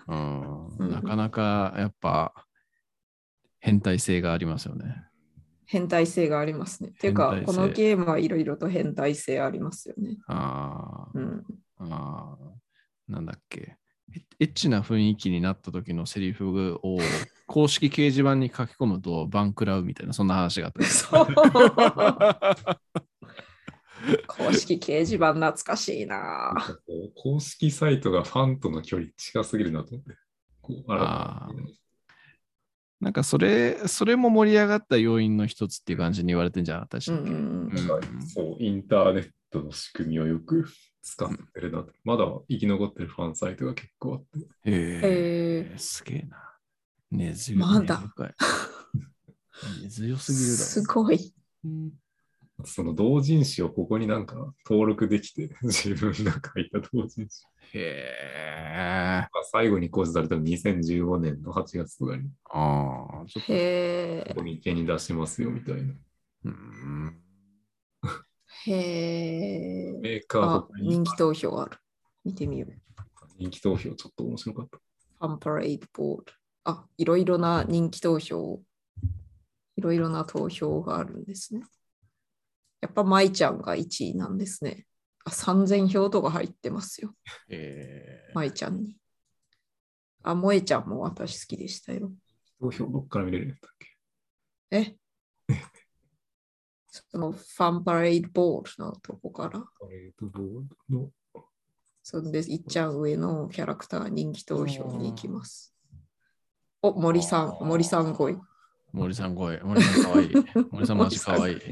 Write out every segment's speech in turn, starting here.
なかなかやっぱ変態性がありますよね。 変態性がありますね。っていうか、このゲームはいろいろと変態性ありますよね。 なんだっけ。エッチな雰囲気になった時のセリフを公式掲示板に書き込むとバン食らうみたいな、そんな話があった。 公式掲示板懐かしいな。 公式サイトがファンとの距離近すぎるなと思って。 なんかそれも盛り上がった要因の一つっていう感じに言われてんじゃん、私。 そう、インターネットの仕組みをよく使ってるな。まだ生き残ってるファンサイトが結構あって。 すげえな。根強い。 まだ。 根強すぎるだろ。 すごい。 その同人誌をここになんか登録できて、自分が書いた同人誌。最後に公示されたの2015年の8月とかに。 ちょっとコミケに出しますよみたいな。 メーカー人気投票ある。見てみよう。 人気投票ちょっと面白かった。 ファンパレードボード。いろいろな人気投票。いろいろな投票があるんですね。やっぱ舞ちゃんが1位なんですね。3000票とか入ってますよ。舞ちゃんに。萌えちゃんも私好きでしたよ。 投票どっから見れるんだっけ？ そのファンパレードボードのとこから。 パレードボードの。 それでいっちゃん上のキャラクター人気投票に行きます。森さん5位。 森さん5位。森さんかわいい。森さんマジかわいい。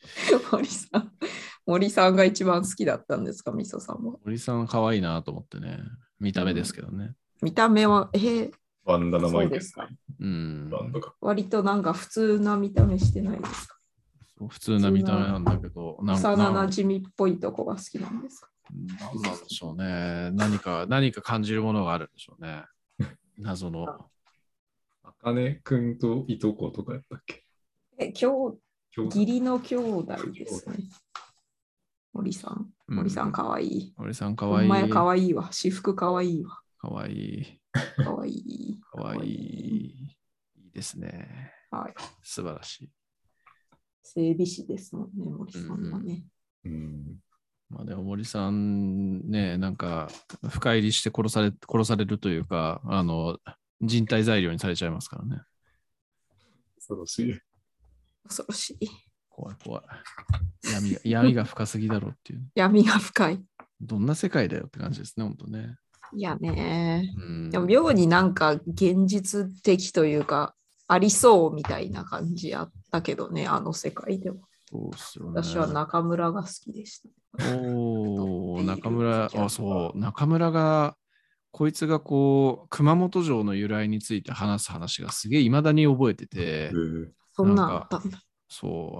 森さんが一番好きだったんですか、みそさんは。 森さんかわいいなと思ってね。見た目ですけどね。 見た目は、 バンダナ巻いてですか。 割となんか普通な見た目してないですか。 普通な見た目なんだけど、 幼なじみっぽいとこが好きなんですか。 何なんでしょうね。何か感じるものがあるんでしょうね。謎の。 あかねくんといとことかやったっけ？ 義理の兄弟ですね。森さんかわいい。 森さんかわいい。 お前かわいいわ。私服かわいいわ。 かわいい。 かわいい。 かわいい。いいですね。 はい。 素晴らしい。 整備士ですもんね、森さんはね。 まあでも森さんね、なんか深入りして殺されるというか、人体材料にされちゃいますからね。 恐ろしい。 恐ろしい。 怖い。闇が深すぎだろうっていう。 闇が深い。 どんな世界だよって感じですね、本当ね。 いやね。でも妙になんか現実的というか、ありそうみたいな感じあったけどね、あの世界では。 そうっすよね、 私は中村が好きでした。 中村が、こいつがこう、熊本城の由来について話す話がすげえ未だに覚えてて、 そんなんあったんだ。 そう、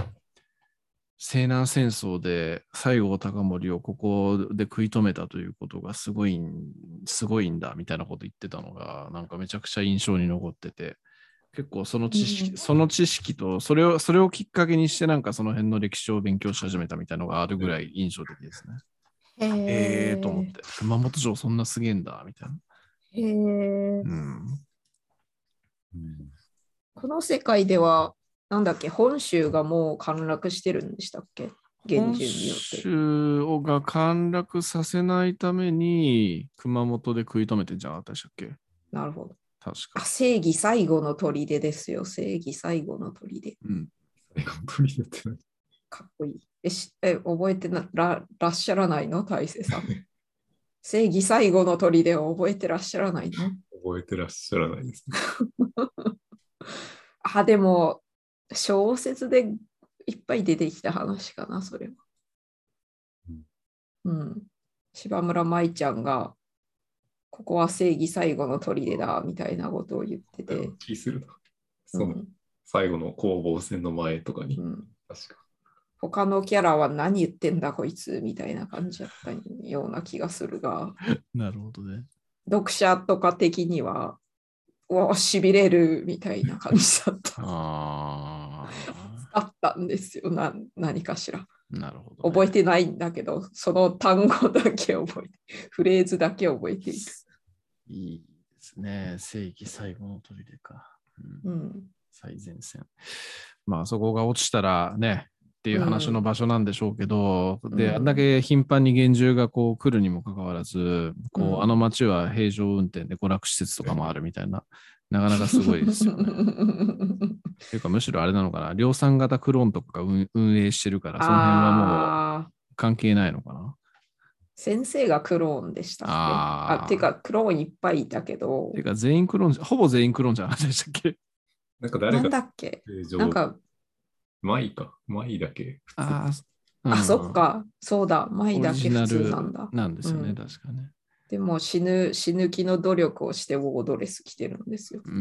西南戦争で西郷隆盛をここで食い止めたということがすごいんだみたいなこと言ってたのが、なんかめちゃくちゃ印象に残ってて、結構その知識とそれをきっかけにしてなんかその辺の歴史を勉強し始めたみたいなのがあるぐらい印象的ですね。と思って、熊本城そんなすげえんだみたいな。 この世界ではなんだっけ、本州がもう陥落してるんでしたっけ？ 本州が陥落させないために熊本で食い止めてんじゃなかったでしたっけ？ なるほど。 確か。 正義最後の砦ですよ。正義最後の砦。かっこいい。覚えてらっしゃらないの、大勢さん。正義最後の砦を覚えてらっしゃらないの？ 覚えてらっしゃらないですね。 でも、小説でいっぱい出てきた話かな、それは。柴村舞ちゃんが、ここは正義最後の砦だ、みたいなことを言ってて。 気するな。その最後の攻防戦の前とかに。確か。 他のキャラは何言ってんだこいつみたいな感じだったような気がするが。 なるほどね。 読者とか的には、しびれるみたいな感じだった。あったんですよ、何かしら。 なるほど、 覚えてないんだけど、その単語だけ覚えて、フレーズだけ覚えている。 いいですね。世紀最後の砦か。 うん。 最前線。まあそこが落ちたらね、っていう話の場所なんでしょうけど、で、あんだけ頻繁に厳重がこう来るにもかかわらず、こう、あの街は平常運転で娯楽施設とかもあるみたいな、なかなかすごいですよね。っていうか、むしろあれなのかな、量産型クローンとかが運営してるから、その辺はもう関係ないのかな。 先生がクローンでしたっけ？てか、クローンいっぱいいたけど。 てか、全員クローン、ほぼ全員クローンじゃなかったでしたっけ？ なんか誰がなんだっけ？なんか、 マイだけ。 そっか。そうだ。マイだけ普通なんだ。 なんですよね、確かね。 でも死ぬ気の努力をしてウォードレス着てるんですよ。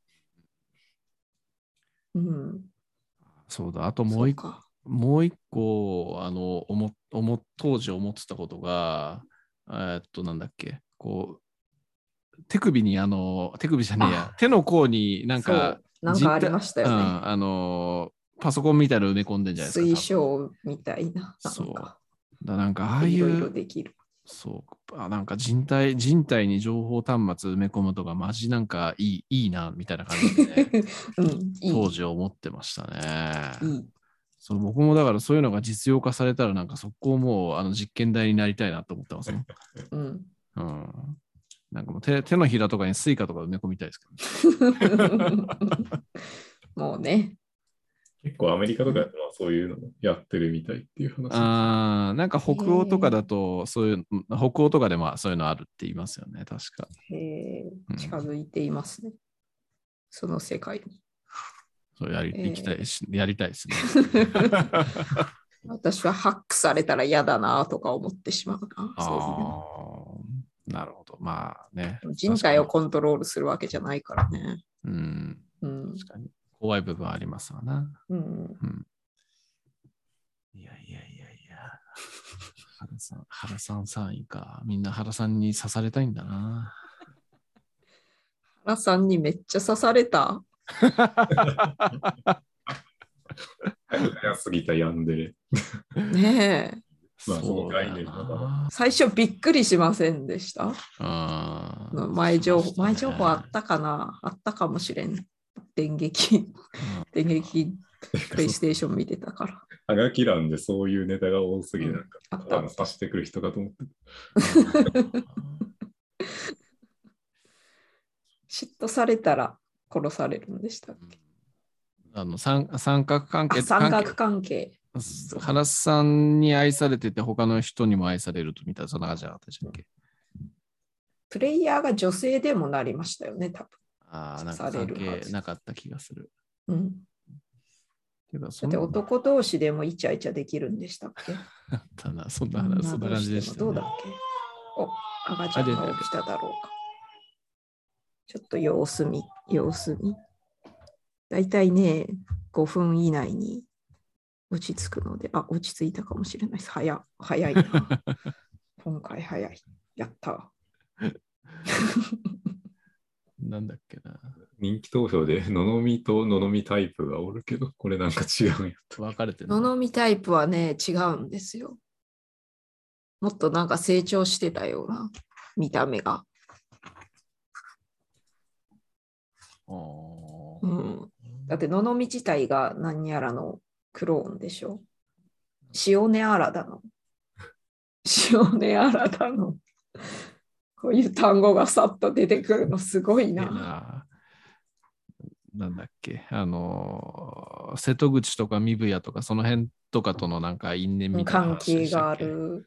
そうだ。あともう一個、当時思ってたことが、なんだっけ、こう、手首じゃねえや、手の甲になんかありましたよね。 パソコンみたいなの埋め込んでんじゃないですか。 水晶みたいな。 なんかああいう。 いろいろできる。 なんか人体に情報端末埋め込むとか、マジなんかいいな、みたいな感じで、ね当時思ってましたね。僕もだからそういうのが実用化されたら、なんかそこをもう実験台になりたいなと思ってますね。なんかもう手のひらとかにスイカとか埋め込みたいですけど。 もうね。 結構アメリカとかでそういうのやってるみたいっていう話。 なんか北欧とかだと、北欧とかでもそういうのあるって言いますよね、確か。 近づいていますね。その世界に。 やりたいですね。 私はハックされたら嫌だなとか思ってしまうな。 そういうなるほど。まあね。 人体をコントロールするわけじゃないからね。 確かに。怖い部分ありますわな。いや。原さん3位か。みんな原さんに刺されたいんだな。 原さんにめっちゃ刺された。 早すぎたヤンデレ。 ねえ。 その概念最初びっくりしませんでした？前情報あったかな？あったかもしれん。電撃プレイステーション見てたから。 ハガキ欄でそういうネタが多すぎて、なんか刺してくる人かと思って。 嫉妬されたら殺されるんでしたっけ？ 三角関係。 三角関係。 原さんに愛されてて他の人にも愛されるとみたいな、そんな感じじゃなかったでしたっけ？ プレイヤーが女性でもなりましたよね、多分。 なんか関係なかった気がする。 だって男同士でもイチャイチャできるんでしたっけ？ そんな感じでした、ね。 どうだっけ？赤ちゃんが起きただろうか。ちょっと様子見。だいたいね、5分以内に落ち着くので、落ち着いたかもしれないです。早いな。今回早い。やった。 なんだっけな。 人気投票でののみとののみタイプがおるけど、これなんか違うんやった。 分かれてる。 ののみタイプはね、違うんですよ。もっとなんか成長してたような見た目が。だってののみ自体が何やらのクローンでしょ。塩ネアラだの。こういう単語がさっと出てくるのすごいな。 なんだっけ、瀬戸口とか三部屋とかその辺とかとのなんか因縁みたいな話でしたっけ？関係がある。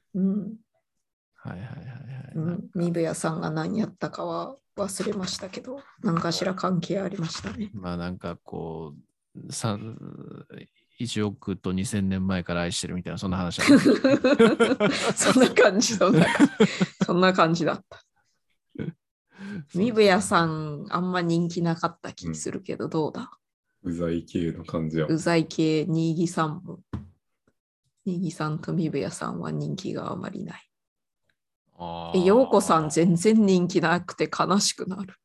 三部屋さんが何やったかは忘れましたけど、何かしら関係ありましたね。 まあなんかこう、1億と2000年前から愛してるみたいな、そんな話だった。 そんな感じだった。三部屋さん、あんま人気なかった気するけど、どうだ？ うざい系の感じや。 うざい系、新木さんも。新木さんと三部屋さんは人気があまりない。陽子さん全然人気なくて悲しくなる。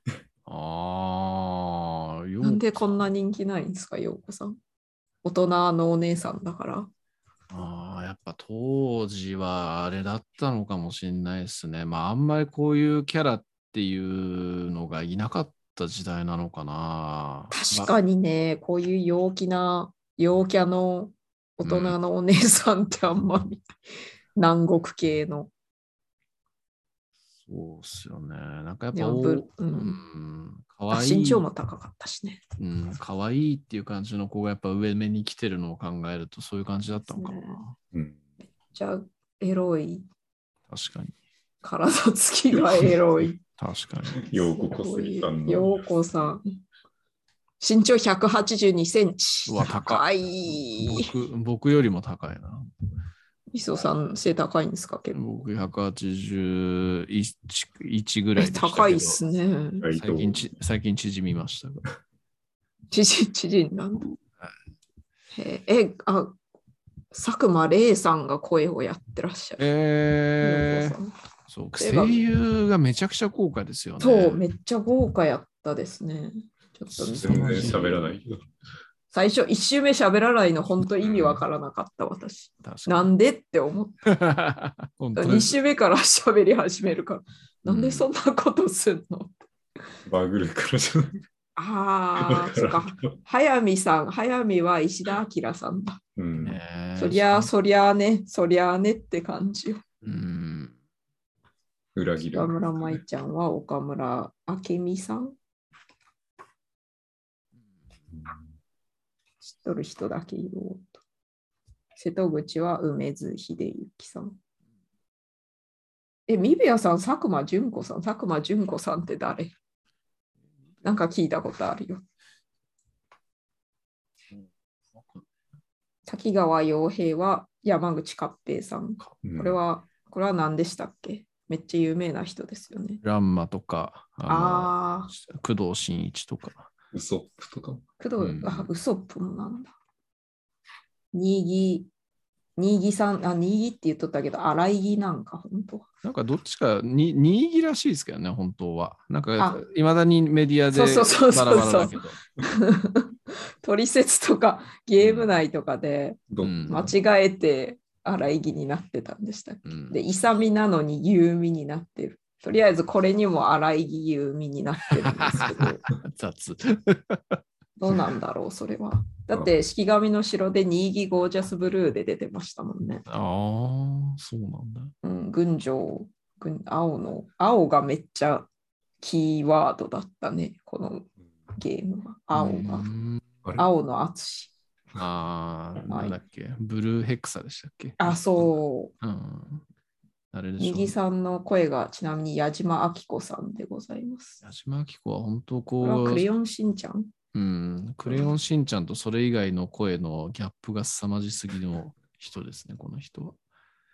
なんでこんな人気ないんですか、陽子さん。大人のお姉さんだから。 やっぱ当時はあれだったのかもしれないですね。あんまりこういうキャラっていうのがいなかった時代なのかな。 確かにね、こういう陽気な、陽キャの大人のお姉さんってあんまり、南国系の。 そうっすよね。なんかやっぱでもかわいい。 身長も高かったしね。 かわいいっていう感じの子がやっぱ上目に来てるのを考えるとそういう感じだったのかな。 めっちゃエロい。 確かに。 体つきがエロい。 確かに。 陽子こすりさんの。 陽子さん。身長182センチ。 うわ、高い。 僕よりも高いな。 磯さん背高いんですか結構。 僕181ぐらいでしたけど。 高いっすね。 最近縮みましたが。 縮んだんだ。佐久間玲さんが声をやってらっしゃる。 そう、声優がめちゃくちゃ豪華ですよね。 そう、めっちゃ豪華やったですね。ちょっと全然喋らないけど。 最初、1周目喋らないの、本当意味わからなかった、私。なんでって思った。2周目から喋り始めるから、なんでそんなことすんのバグるからじゃない。 ああ、そっか。速水さん、速水は石田明さんだ。そりゃあねって感じよ。 裏切る。 岡村舞ちゃんは岡村明美さん。知っとる人だけ言おうと。瀬戸口は梅津秀幸さん。ミビアさん、佐久間純子さん。佐久間純子さんって誰？なんか聞いたことあるよ。滝川洋平は山口勝平さん。これは何でしたっけ？めっちゃ有名な人ですよね。 ランマとか、工藤新一とか。 ウソップとか。 ウソップもなんだ。新木さん、新木って言っとったけど、荒井木なんか、本当は。 なんかどっちか新木らしいですけどね、本当は。なんか、いまだにメディアでバラバラだけど。 取説とかゲーム内とかで間違えて荒井木になってたんでしたっけ、で、勇みなのに優美になってる。とりあえずこれにも荒井木優美になってるんですけど。 雑。 どうなんだろう、それは。だって、式神の城で新木ゴージャスブルーで出てましたもんね。 ああ、そうなんだ。 群青、青がめっちゃキーワードだったね、このゲームは。青の淳。 なんだっけ、ブルーヘクサでしたっけ。 そう。 あれでしょ。 右さんの声がちなみに矢島明子さんでございます。 矢島明子は本当こう。クレヨンしんちゃん？ クレヨンしんちゃんとそれ以外の声のギャップが凄まじすぎの人ですね、この人は。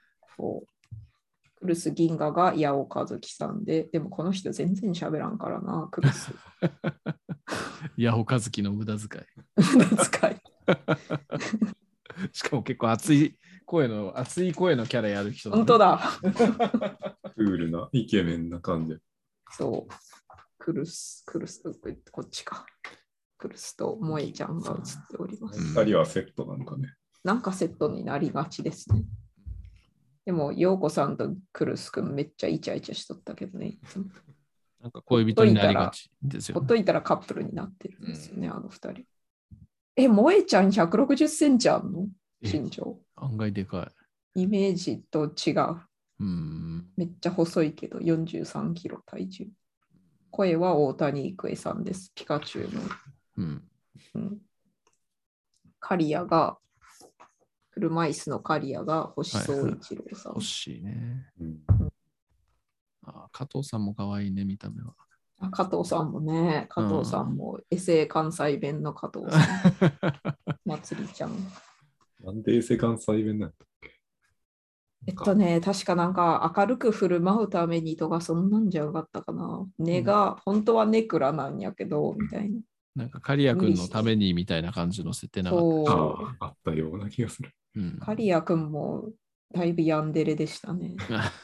クルス銀河が八尾和樹さんで、でもこの人全然喋らんからな、クルス。 八尾和樹の無駄遣い。 無駄遣い。 しかも結構熱い声のキャラやる人、 本当だ。 クールなイケメンな感じ。 そう。クルス、こっちか。クルスと萌えちゃんが映っております。 2人はセットなんかね。 なんかセットになりがちですね。でも、陽子さんとクルス君めっちゃイチャイチャしとったけどね。 なんか恋人になりがちですよね。 ほっといたらカップルになってるんですよね、あの2人。萌えちゃん160センチあんの？身長。 案外でかい。イメージと違う。めっちゃ細いけど43キロ体重。声は大谷育恵さんです。ピカチュウの。カリアが、車椅子のカリアが星宗一郎さん。 星ね。加藤さんも可愛いね、見た目は。 加藤さんもね、加藤さんも、エセ関西弁の加藤さん。まつりちゃん。 なんでエセ関西弁なんだっけ？確かなんか明るく振る舞うためにとかそんなんじゃなかったかな。根が、本当はネクラなんやけど、みたいな。 なんかカリア君のためにみたいな感じの設定なかった。 あったような気がする。 カリア君もだいぶヤンデレでしたね。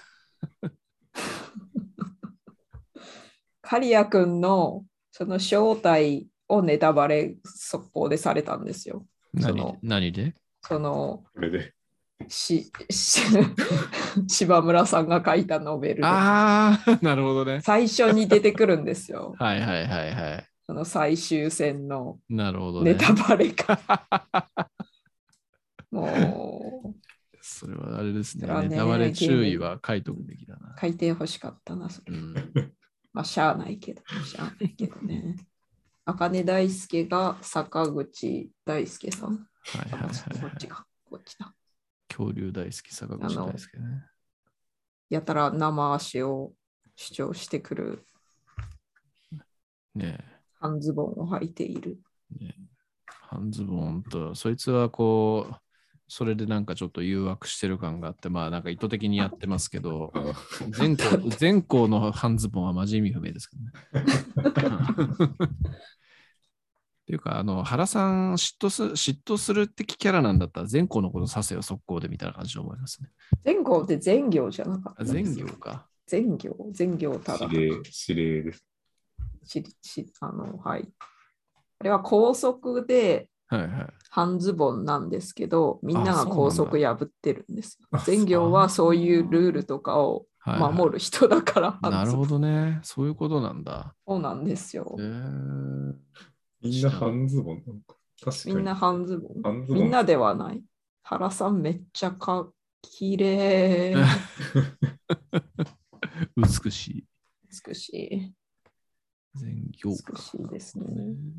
カリア君のその正体をネタバレ速報でされたんですよ。 何で？ そのこれで柴村さんが書いたノベルで。 ああ、なるほどね。 最初に出てくるんですよ。 はいはいはいはい。 その最終戦のなるほどね。 ネタバレか。もう。 それはあれですね。 それはねネタバレ注意は書いとくべきだな。 書いてほしかったな、それ。まあ、しゃあないけどね。茜大輔が坂口大輔さん。 はいはいはい、 こっちか。こっちだ。 恐竜大好き、坂口大輔ね。 やたら生足を主張してくる。 ねえ。 半ズボンを履いている。 ね、半ズボンと、そいつはこう、それでなんかちょっと誘惑してる感があって、まあなんか意図的にやってますけど、全校の半ズボンはマジ意味不明ですけどね。っていうか、原さん嫉妬する的キャラなんだったら、全校のことさせよ、速攻でみたいな感じで思いますね。 全校って全行じゃなかった。 全行か。 全行ただ。 指令です。 はい。あれは高速ではいはい、 半ズボンなんですけど、みんなが高速破ってるんですよ。全行はそういうルールとかを守る人だから。 なるほどね。そういうことなんだ。 そうなんですよ。 みんな半ズボンなのか。確かに。 みんな半ズボン。みんなではない。原さんめっちゃきれい。 美しい。 美しい。 全行か。 美しいですね。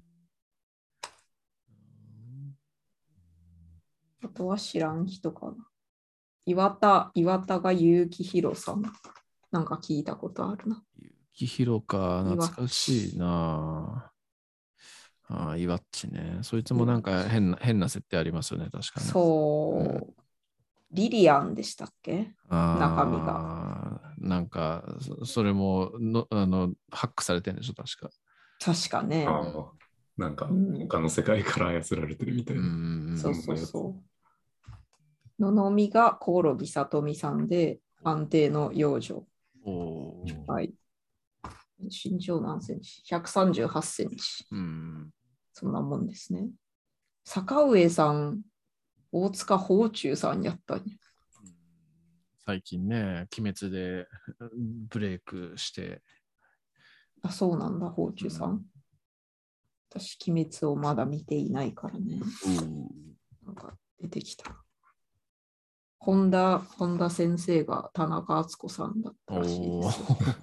あとは知らん人かな。岩田が結城宏さん。なんか聞いたことあるな。 結城宏か、懐かしいな。ああ、岩っちね。そいつもなんか変な設定ありますよね、確かに。 そう。リリアンでしたっけ、中身が。 なんか、それもハックされてるんでしょ、確か。 確かね。 なんか、他の世界から操られてるみたいな。 そう。ののみがコオロギさとみさんで、安定の幼女。はい。身長何センチ ?138 センチ。そんなもんですね。坂上さん、大塚芳忠さんやったんや。 最近ね、鬼滅でブレイクして。 あ、そうなんだ、芳忠さん。私、鬼滅をまだ見ていないからね。なんか出てきた。本田先生が田中敦子さんだったらしいです。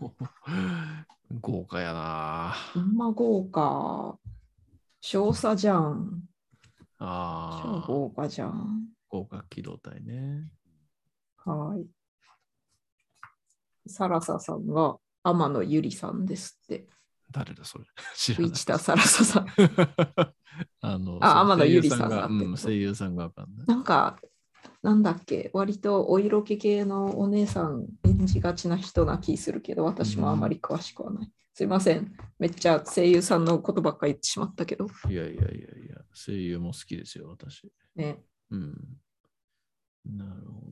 豪華やな。 ほんま豪華。少佐じゃん。超豪華じゃん。 豪華機動隊ね。 はい。サラサさんが天野ゆりさんですって。 誰だそれ。 藤田サラサさん。天野ゆりさんが。 声優さんがわかんない。 なんか、なんだっけ、割とお色気系のお姉さん演じがちな人な気するけど、私もあまり詳しくはない。すいません。めっちゃ声優さんのことばっかり言ってしまったけど。 いや、声優も好きですよ、私。 ね。 なるほ